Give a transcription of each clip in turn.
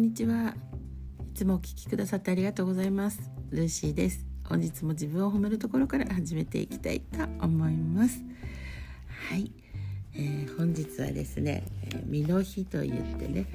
にちは。いつもお聞きくださってありがとうございます。ルーシーです。本日も自分を褒めるところから始めていきたいと思います。はい、本日はですね、身の日と言ってね、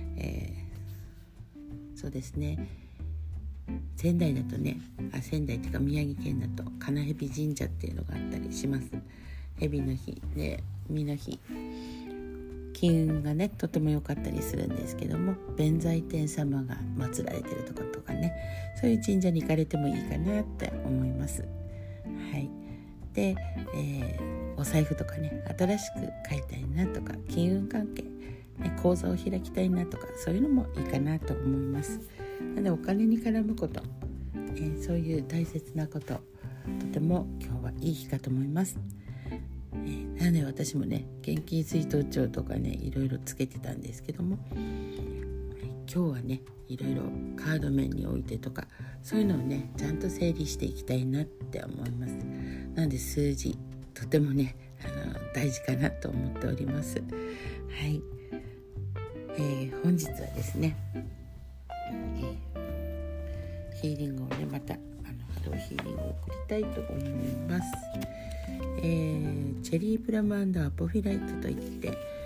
そうですね、仙台だとね、仙台っていうか宮城県だと金蛇神社っていうのがあったりします。蛇の日で身の日、金運がねとても良かったりするんですけども、弁財天様が祀られてるところとかね、そういう神社に行かれてもいいかなって思います。はい。で、お財布とかね、新しく買いたいなとか、金運関係、ね、口座を開きたいなとか、そういうのもいいかなと思います。なのでお金に絡むこと、そういう大切なこと、とても今日はいい日かと思います。なので私もね、現金出納帳とかね、いろいろつけてたんですけども、今日はね、いろいろカード面に置いてとか、そういうのをねちゃんと整理していきたいなって思います。なので数字とてもね大事かなと思っております。はい、本日はですね、ヒーリングをねまたハローヒーリングを送りたいと思います。チェリープラム&アポフィライトといって、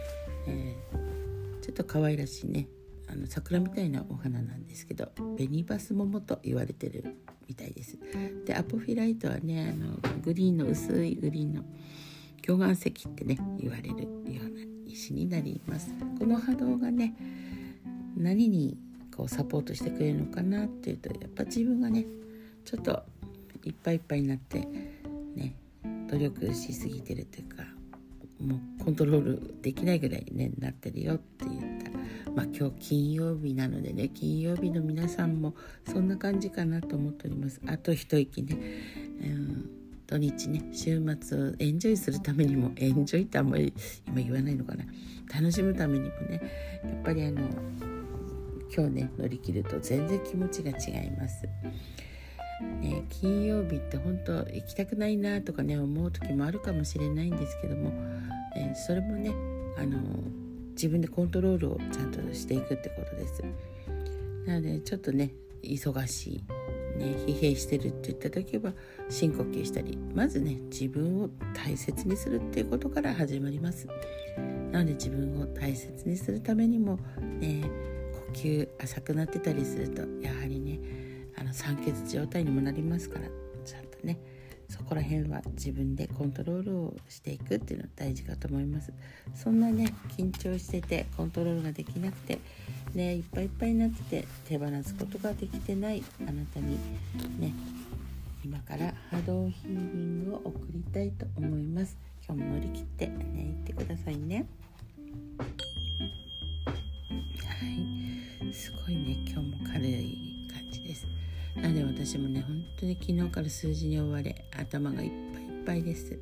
ちょっと可愛らしいね桜みたいなお花なんですけど、ベニバスモモと言われてるみたいです。でアポフィライトはねグリーンの薄いグリーンの巨岩石ってね言われるような石になります。この波動がね何にこうサポートしてくれるのかなっていうと、やっぱ自分がねちょっといっぱいいっぱいになってね努力しすぎてるというか、もうコントロールできないぐらいねなってるよって言ったら、今日金曜日なのでね、金曜日の皆さんもそんな感じかなと思っております。あと一息ね、土日ね週末をエンジョイするためにも、エンジョイってあんまり今言わないのかな、楽しむためにもね、やっぱり今日ね乗り切ると全然気持ちが違いますね。金曜日って本当行きたくないなとかね思う時もあるかもしれないんですけども、それもね自分でコントロールをちゃんとしていくってことです。なのでちょっとね忙しい、ね、疲弊してるって言った時は深呼吸したり、まずね自分を大切にするっていうことから始まります。なので自分を大切にするためにもね、呼吸浅くなってたりするとやはりね酸欠状態にもなりますから、ちゃんとねそこら辺は自分でコントロールをしていくっていうのが大事かと思います。そんなね緊張しててコントロールができなくてね、いっぱいいっぱいになってて手放すことができてないあなたにね、今から波動ヒーリングを送りたいと思います。今日も乗り切ってね行ってくださいね。はい、すごいね今日も軽い感じです。なので私もね本当に昨日から数字に追われ頭がいっぱいいっぱいです。はい。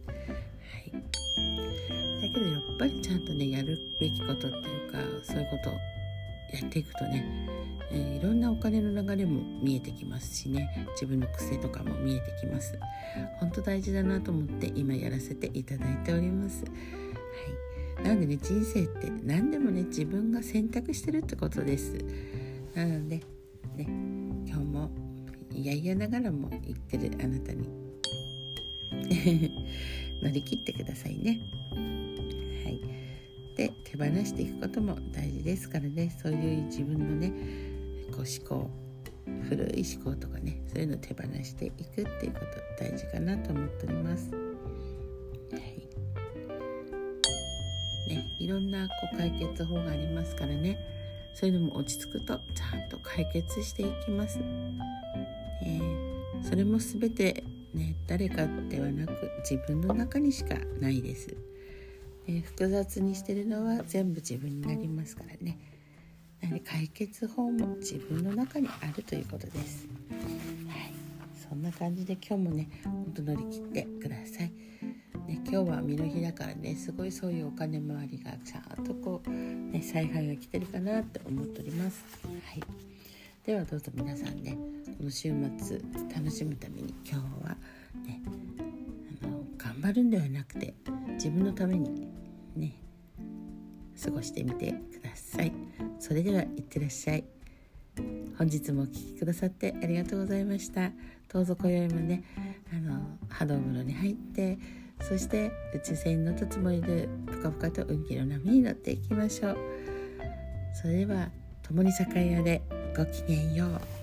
だけどやっぱりちゃんとねやるべきことっていうか、そういうことをやっていくとね、いろんなお金の流れも見えてきますしね、自分の癖とかも見えてきます。本当大事だなと思って今やらせていただいております。はい。なのでね、人生って何でもね自分が選択してるってことです。なのでね、今日もいやいやながらも言ってるあなたに乗り切ってくださいね。はい。で手放していくことも大事ですからね、そういう自分のねこう思考、古い思考とかね、そういうのを手放していくっていうこと大事かなと思っております。はい。ね、いろんな解決法がありますからね、そういうのも落ち着くとちゃんと解決していきます。それも全てね誰かではなく自分の中にしかないです。複雑にしてるのは全部自分になりますからね。なので解決法も自分の中にあるということです。はい、そんな感じで今日もね本当乗り切ってください。ね、今日は身の日だからね、すごいそういうお金回りがちゃんとこうね采配が来てるかなって思っております。はい。ではどうぞ皆さんね、この週末楽しむために今日はね頑張るんではなくて自分のためにね過ごしてみてください。それではいってらっしゃい。 本日もお聞きくださってありがとうございました。どうぞ今宵もね波動風呂に入って、そして宇宙船に乗ったつもりでぷかぷかと運気の波に乗っていきましょう。それでは共に栄えあれ、ごきげんよう。